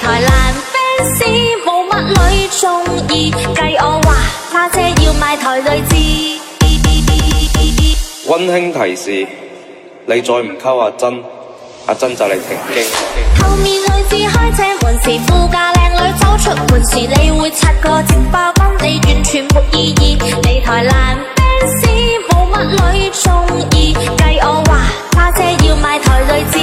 台爛 fans 冇乜女鍾意，計我話花姐要買台對字。 溫馨提示：你再唔溝阿珍，阿珍就嚟停經。 後面女子開車門時，副駕靚女走出門時，你會擦個直爆幫你完全冇意義。你台爛 fans 冇乜女鍾意，計我話花姐要買台對字。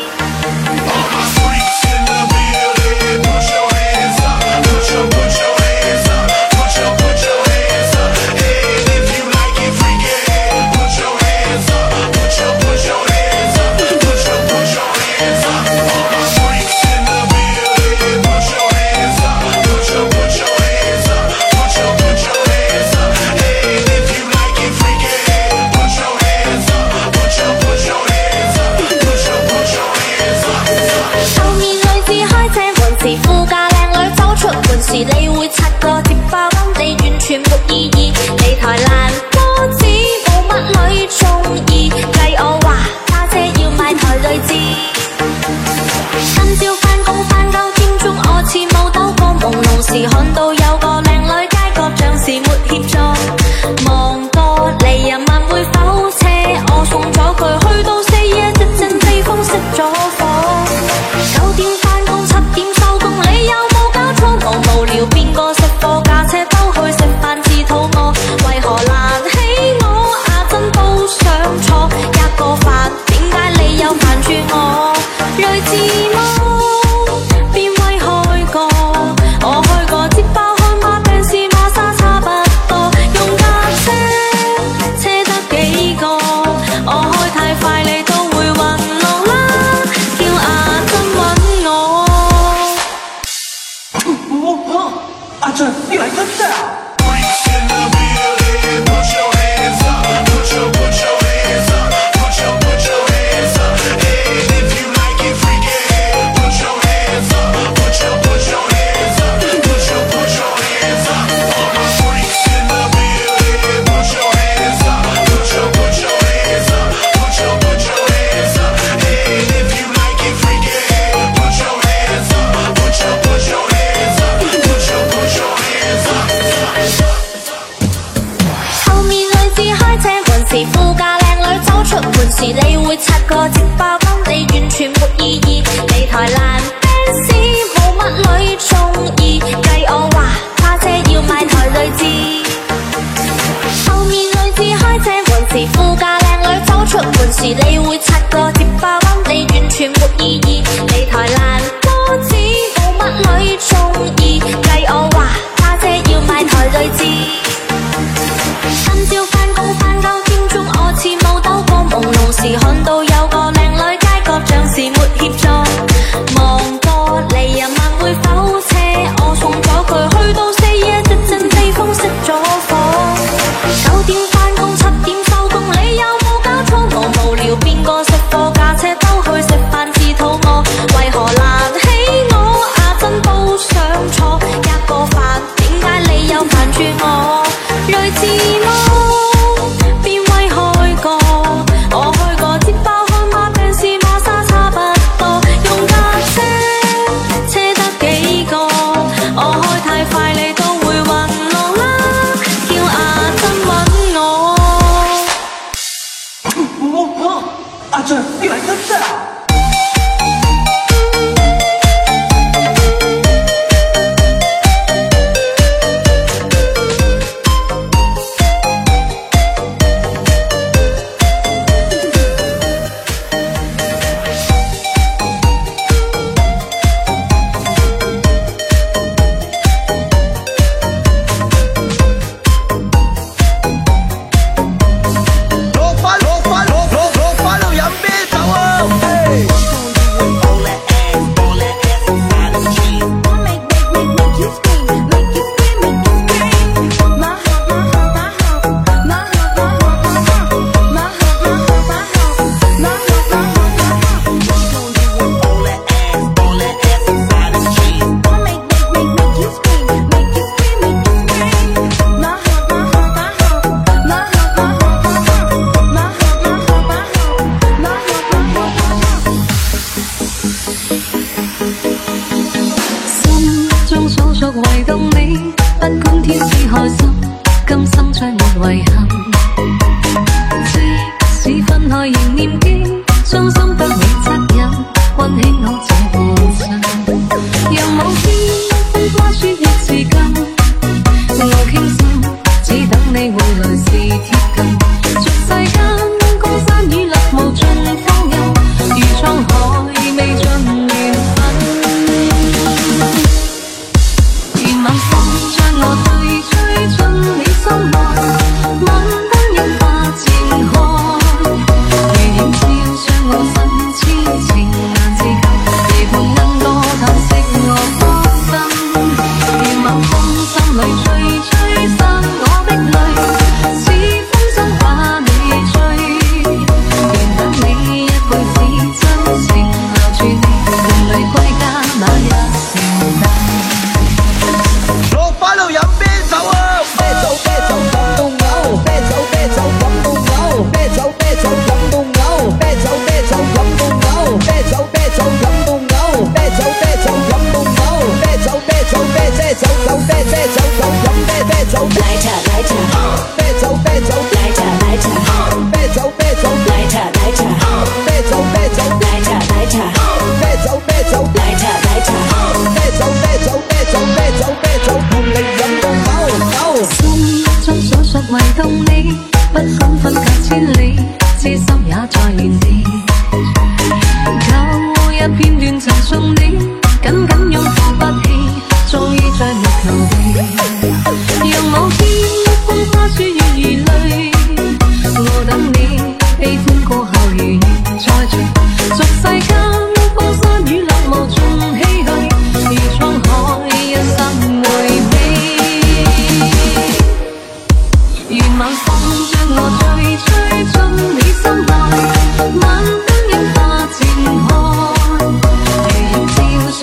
你會擦個接爆幫你完全冇意義。你台爛波子冇乜女鍾意，計我話花姐要買台對字。今朝返工返9點鐘，我似冇兜過朦朧時，看到有個靚女街角像是沒協助，望過離人問會否車，我送咗佢去到4夜，一陣被風熄咗火。9點返工7點收工，你有冇搞錯？我無聊變個食貨架車兜去食飯至肚餓，為何難起我阿珍都想錯一個飯，點解你又煩住我？睿智麼？邊位開過？我開過接爆開馬病是馬沙差不多，用架車車得幾個？我開太快你都會暈浪啦，叫阿珍揾我。 阿珍，你來真的啊！ 副駕靚女走出門時，你會擦個直爆幫你完全冇意義。你台爛 fans 冇乜女鍾意，計我話花姐要買台對字。後面女子開車門時，副駕靚女走出門時，你會擦個直爆幫你完全冇意義。你台爛波子冇乜女鍾意，計我話花姐要買台對字。今朝返工返9點鐘，我似冇兜過朦朧時，看到有個靚女街角像是沒協助。 唯獨你，不管天使開心，今生將沒遺憾。即使分開仍念記，傷心得你惻隱，溫馨我這過程。讓某天風花雪月似金，我傾心，只等你回來時貼近。俗世間江山雨落無盡荒謬，如滄海未盡緣分。願晚風將我吹進你心內，晚燈映化前開，如映照將我身痴情難自禁，夜半鶯歌嘆息我芳心。願晚風心裏吹散我的淚，似風箏把你追，願等你一輩子真情留住你，夢裏歸家那一聖誕。 落班度飲啤酒啊！啤酒啤酒飲到嘔，啤酒啤酒飲到嘔，啤酒啤酒飲到嘔，啤酒啤酒飲到嘔，啤酒啤酒飲到嘔，啤酒啤酒飲到嘔，啤酒啤酒啤啤酒酒啤啤酒酒飲啤啤酒。來茶來茶，啤酒啤酒來茶來茶，啤酒啤酒來茶來茶，啤酒啤酒來茶來茶，啤酒啤酒來茶來茶，啤酒啤酒啤酒啤酒啤酒同你飲到嘔嘔。 心中所屬唯獨你，不敢分隔千里，痴心也在原地。舊日片段曾送你，緊緊擁抱不起，終於再沒逃避。讓某天風花雪月如淚，我等你悲歡過後如願再聚。俗世間江山雨落無盡唏噓，如滄海一生回味。願晚風將我吹進你心內，晚燈映化前開，如映照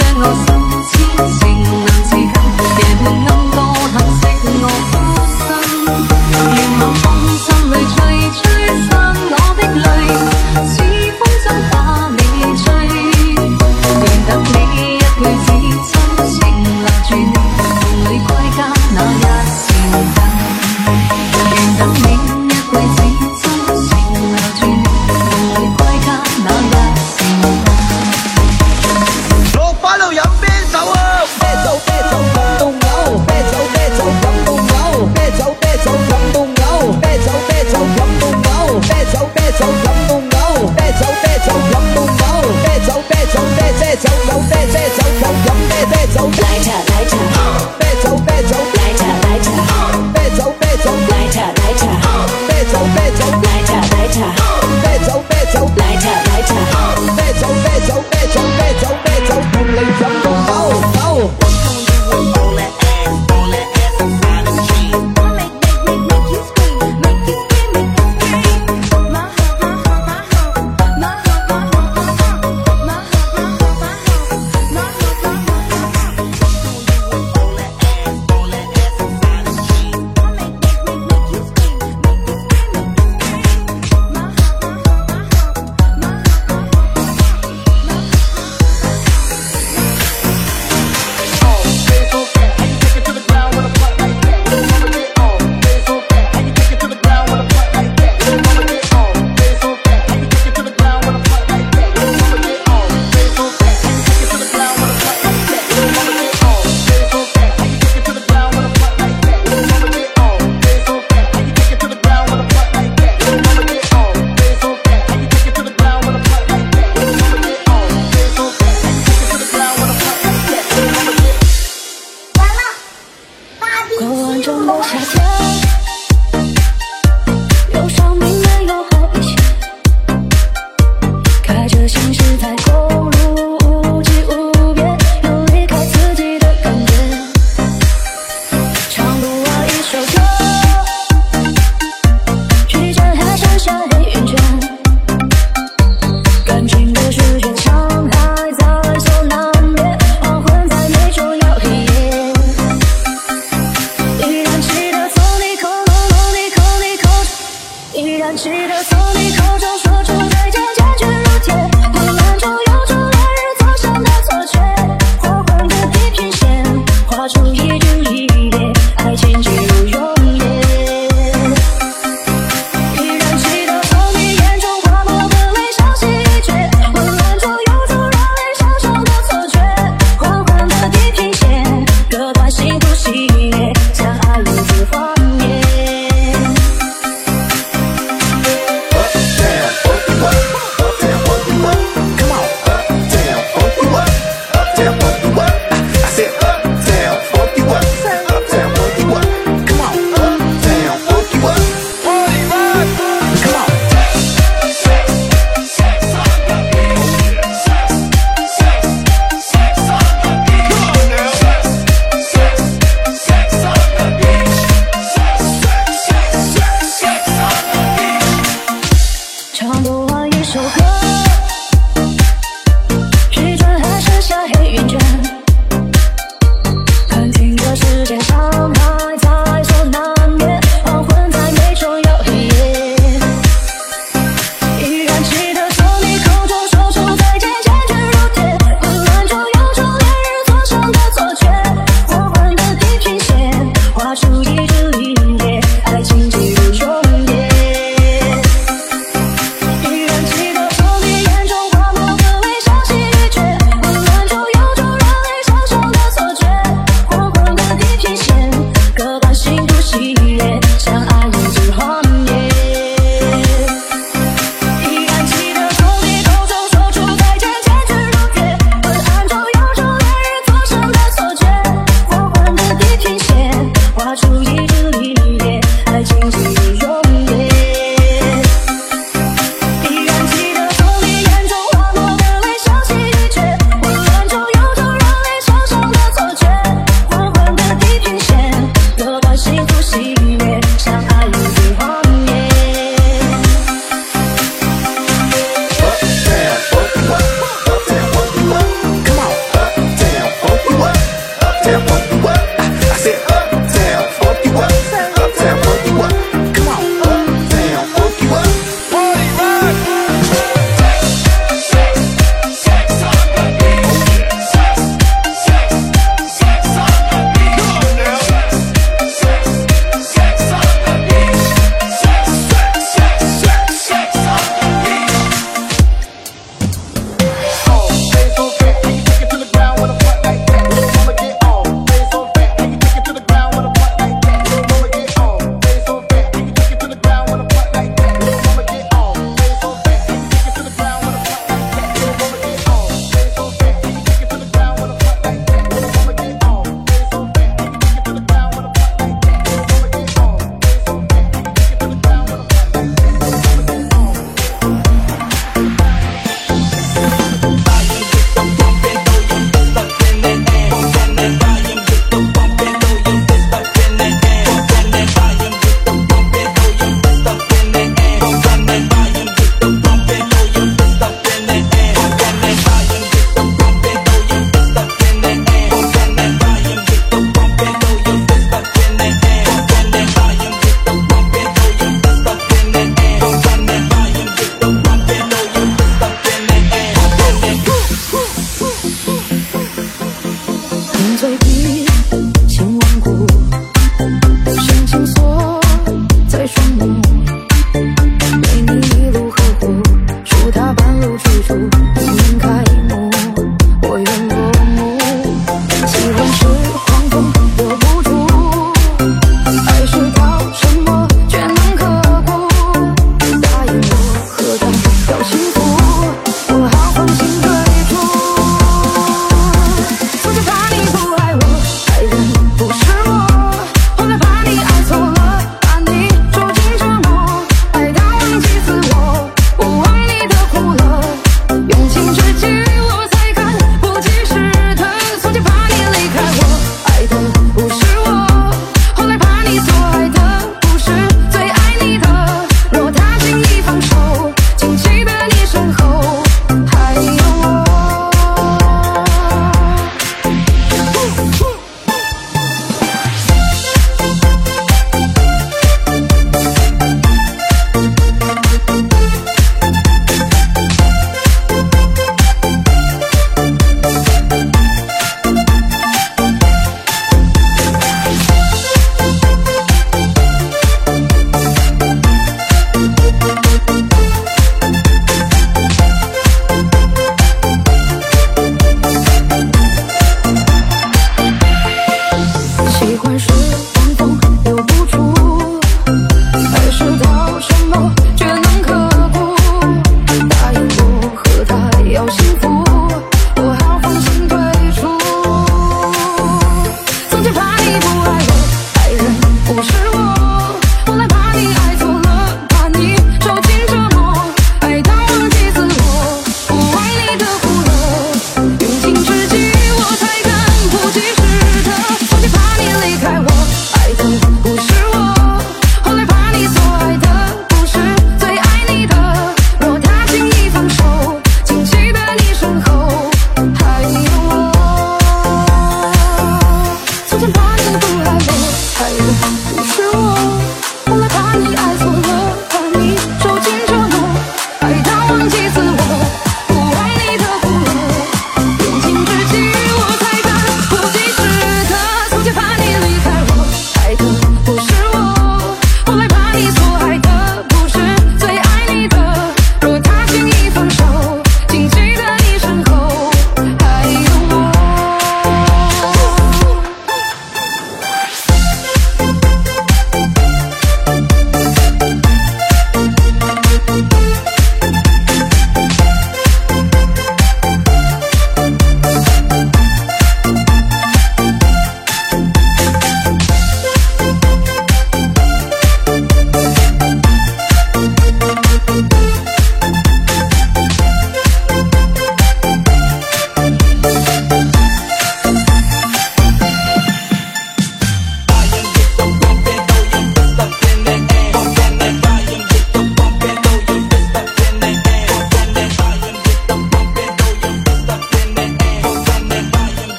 醉笔，情万古，深情锁在双目，为你一路呵护，树塔半路追逐，年开幕，我愿落幕。喜欢是狂风留不住，爱是靠什么却能刻骨？答应我和他要幸福，我好放心退出。我就怕你不爱我。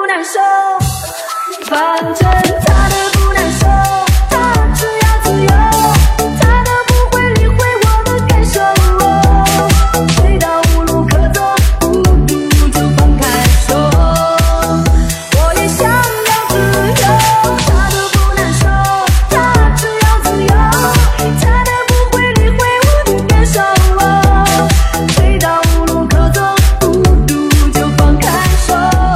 难受，反正他的不难受，他只要自由，他都不会理会我的感受。醉到无路可走，孤独就放开手。我也想要自由，他都不难受，他只要自由，他都不会理会我的感受。醉到无路可走，孤独就放开手。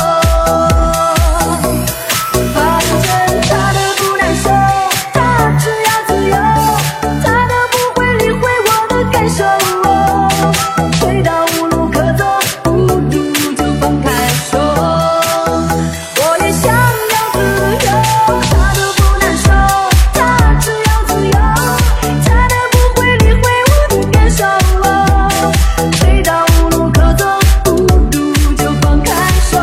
反正他的不难受，他只要自由，他都不会理会我的感受。醉到无路可走，孤独就放开手。我也想要自由，他都不难受，他只要自由，他都不会理会我的感受。醉到无路可走，孤独就放开手。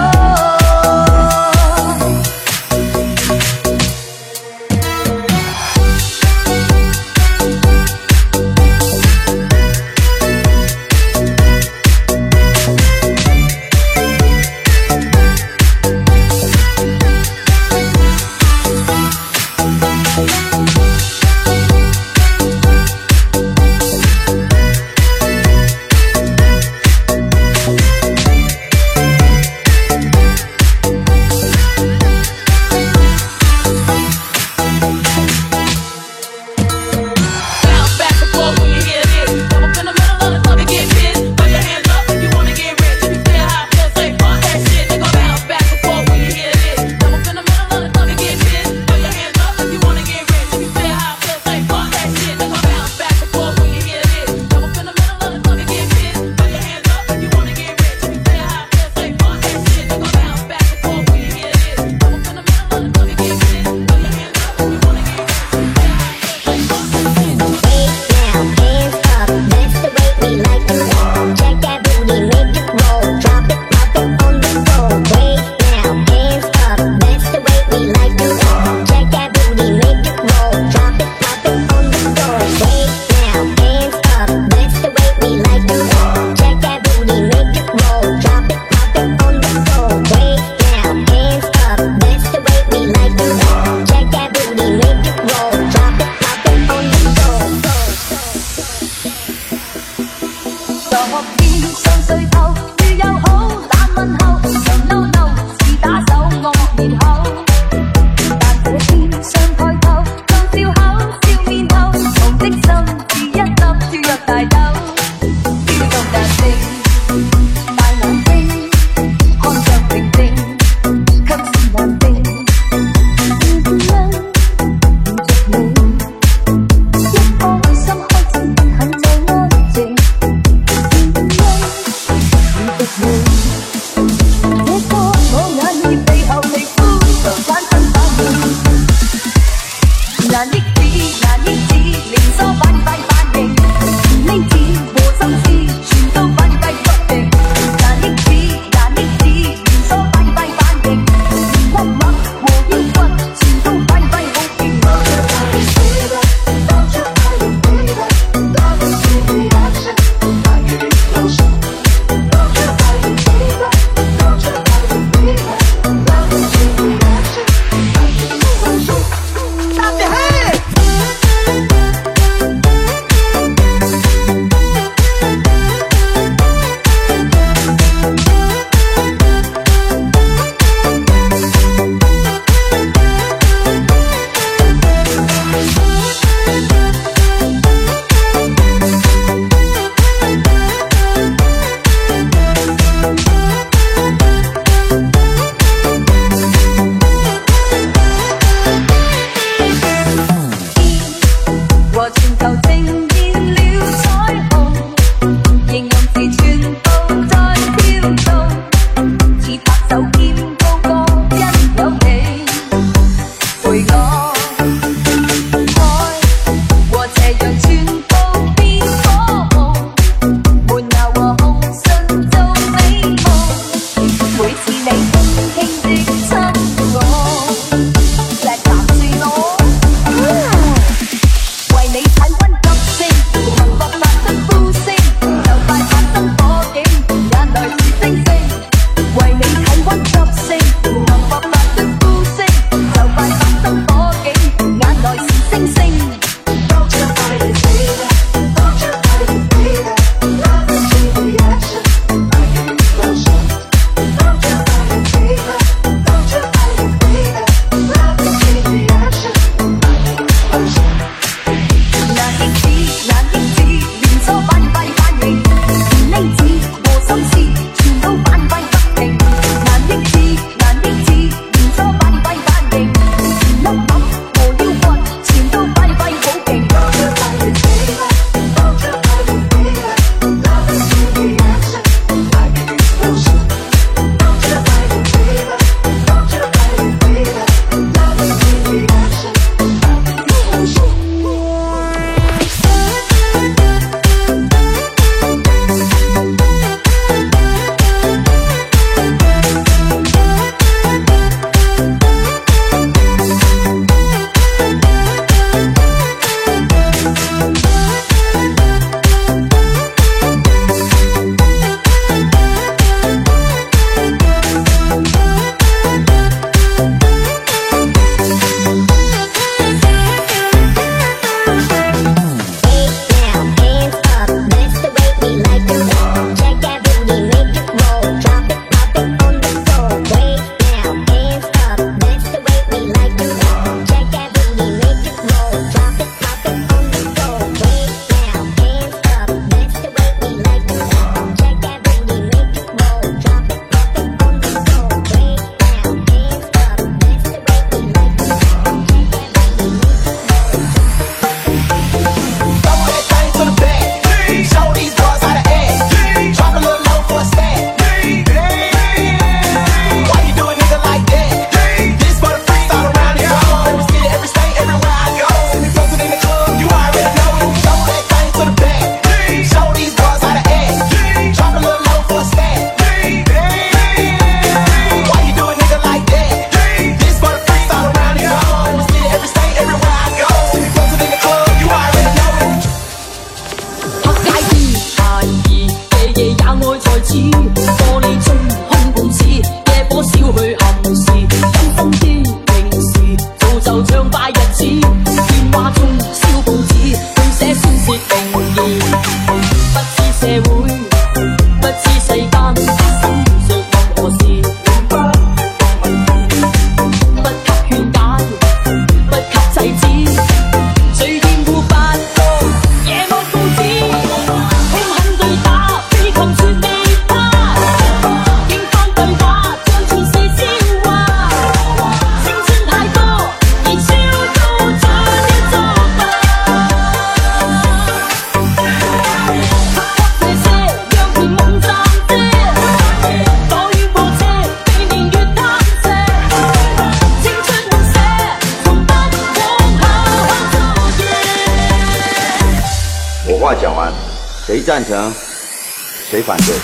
谁赞成？谁反对？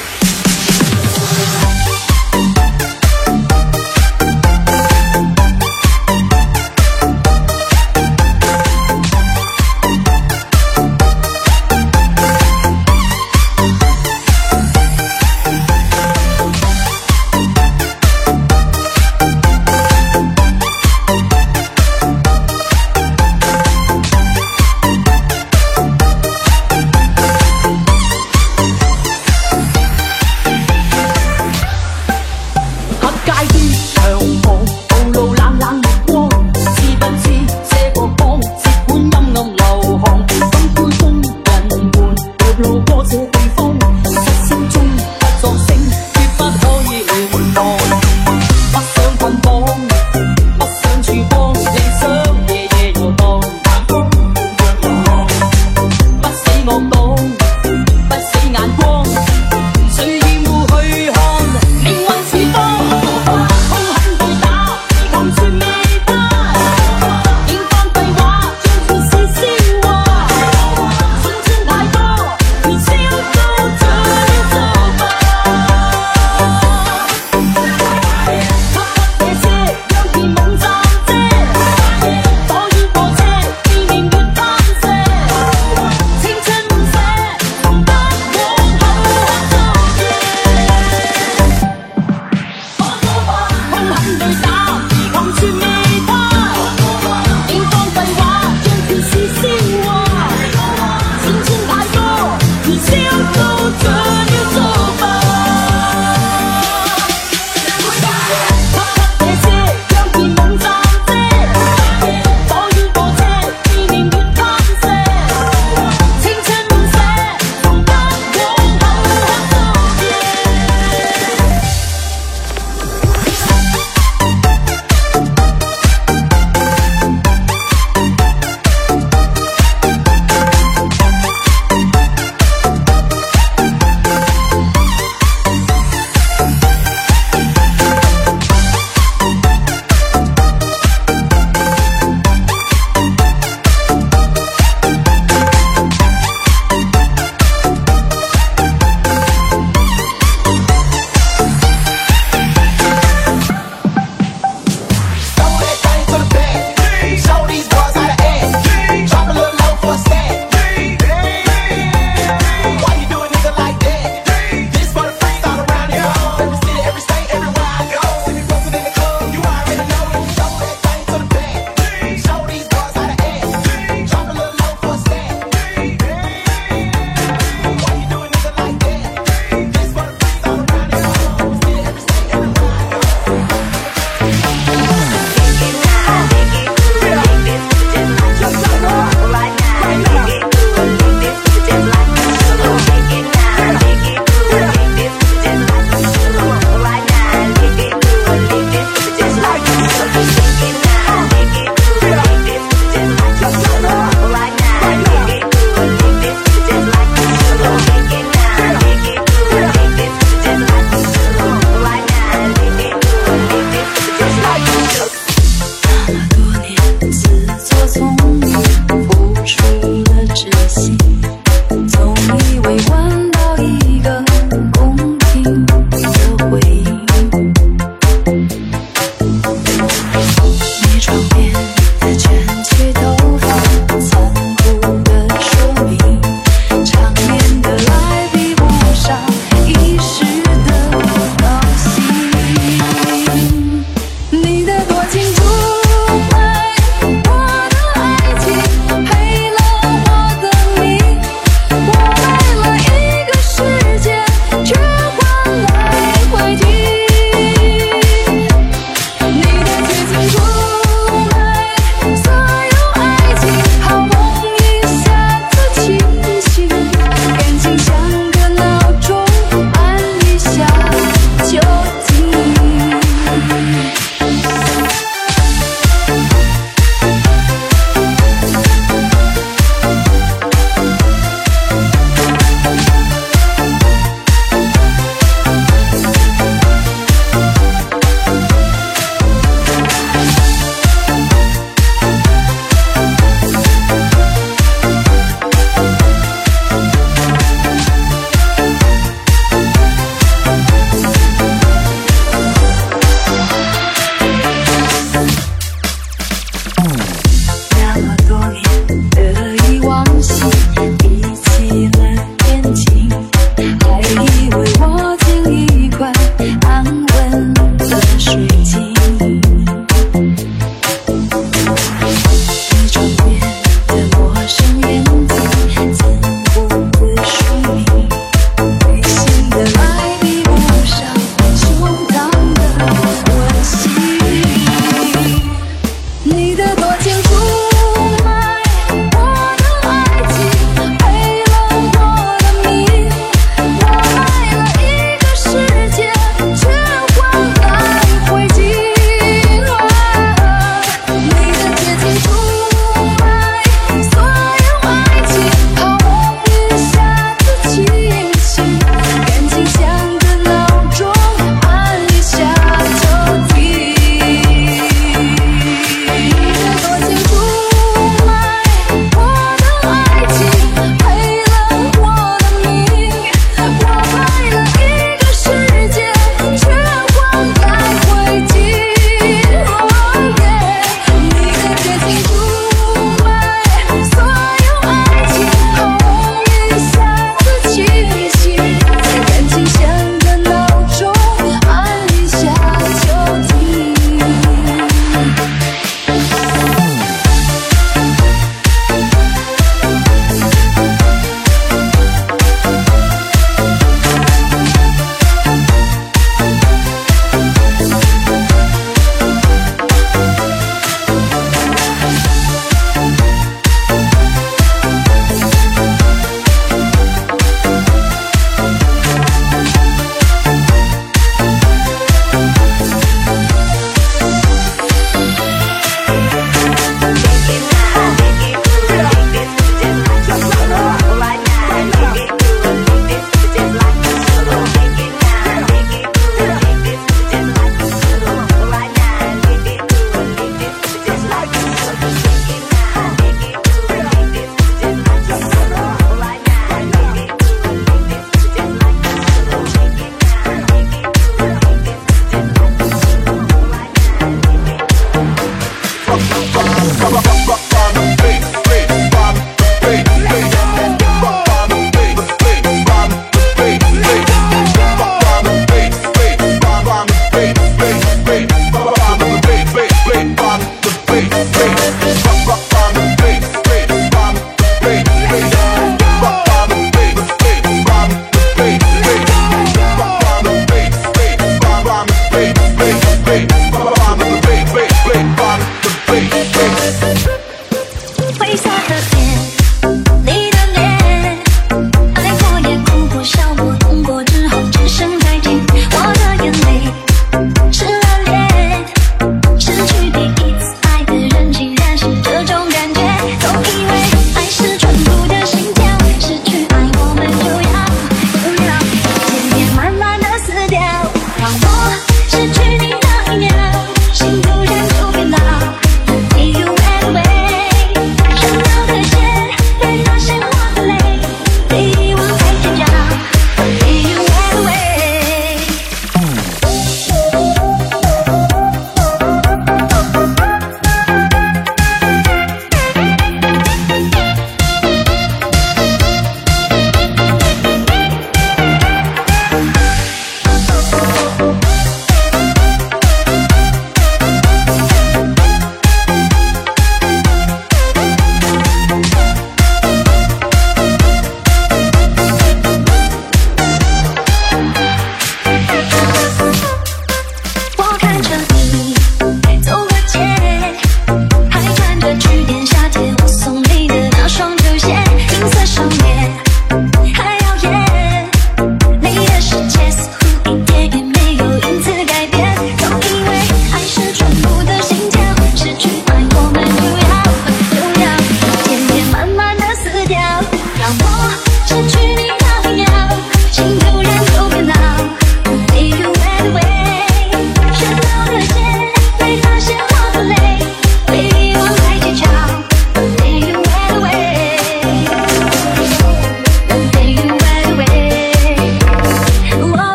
Bang, bang, bang, bang, bang, bang, bang, bang, bang, bang, bang.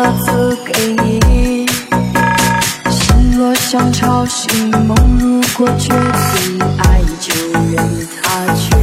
个字给你。心若像潮汐，梦如果决定，爱就任它去。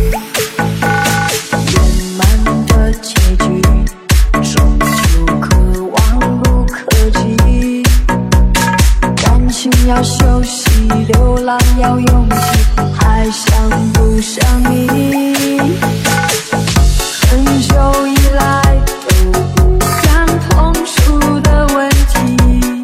圆满的结局，终究可望不可及。感情要休息，流浪要勇气，还想不想你？很久以来都不敢碰触的问题，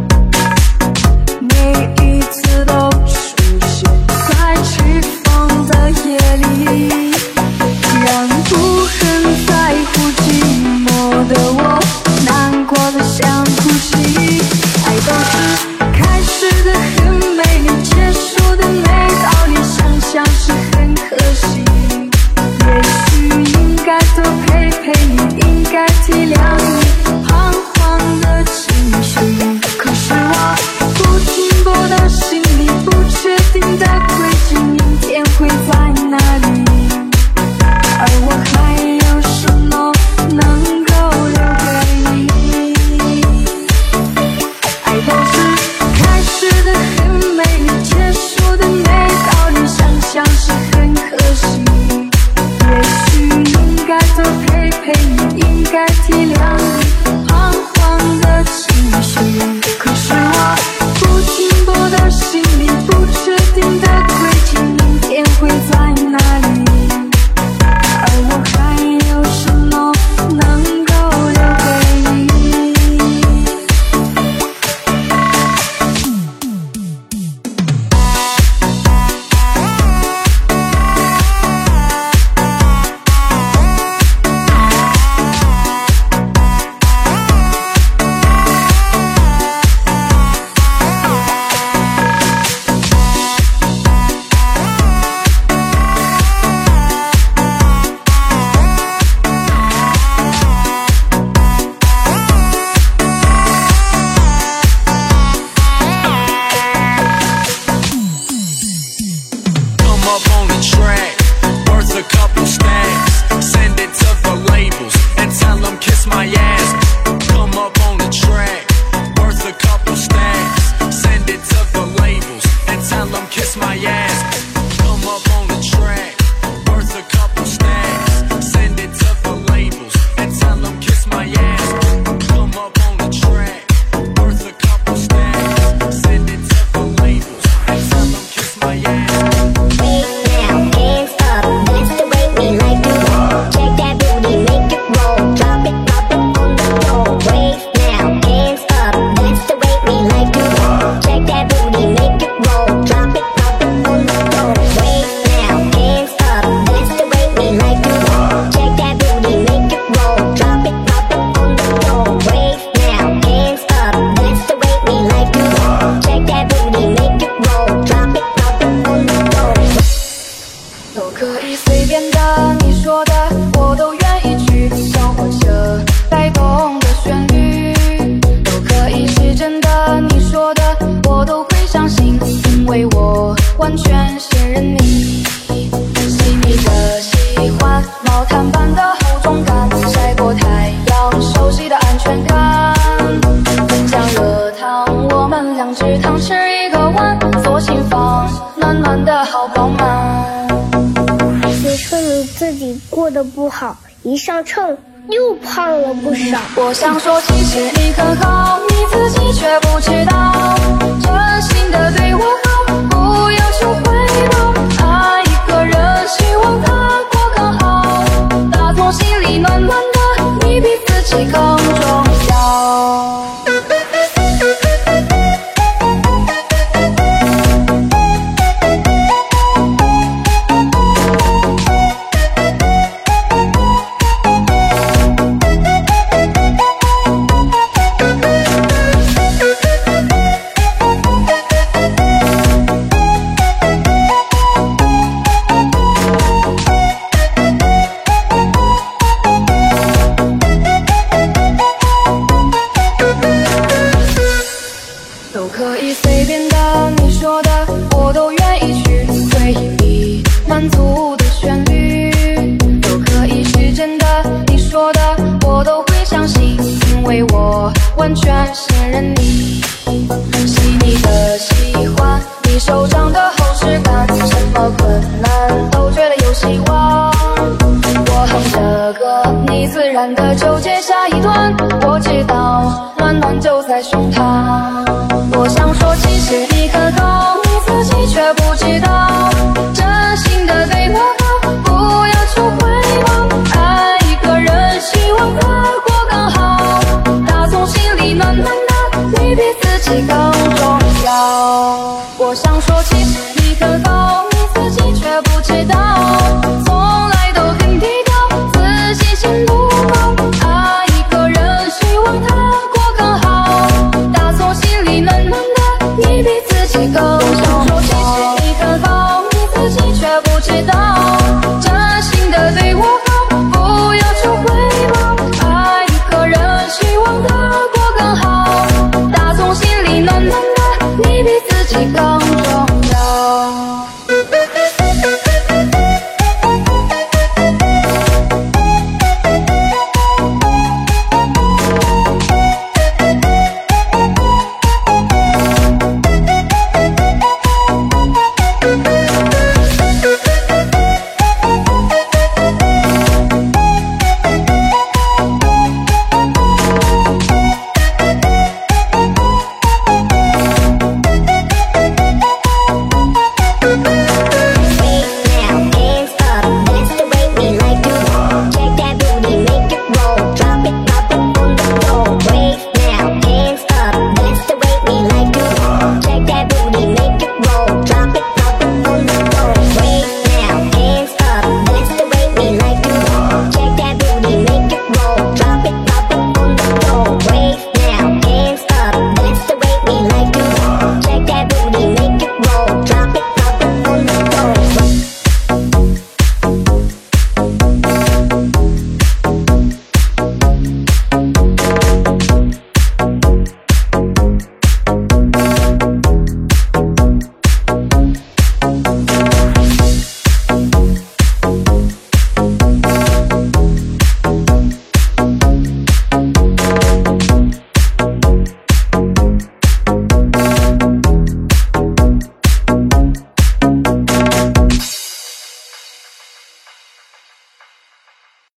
每一次都出现在起风的夜里，让不很在乎寂寞的我难过的想哭泣。爱都是开始的很美丽，结束的没道理，想想是很可惜。也许应该多陪陪你，应该体谅你彷徨的情绪。可是我不停泊的心里，不确定的轨迹，明天会在哪里？而我还有什么能够留给你？爱都是开始的很美丽，结束的没道理，想想是很可惜。也许应该多陪陪你，应该体谅你彷徨的情绪。可是我不停泊的心里，不确定的轨迹，明天会在哪里？而我还有什么能够留给你 Come up on the track, worth a couple stacks. Send it to the labels and tell them kiss my ass. Come up on the track, worth a couple stacks. Send it to the labels and tell them kiss my ass. Come up on the track, worth a couple stacks. Send it to the labels and tell them kiss my ass. Come up on the track, worth a couple stacks. Send it to the labels and tell them kiss my ass. 过得不好，一上秤又胖了不少。 我想说其实你很好，你自己却不知道，真心的对我好，不要求回报。爱一个人，希望他过更好，打从心里暖暖的，你比自己更重要。 完全信任你，细腻的喜欢，你手掌的厚实感，什么困难都觉得有希望。我哼着歌，你自然的就接下一段，我知道暖暖就在胸膛。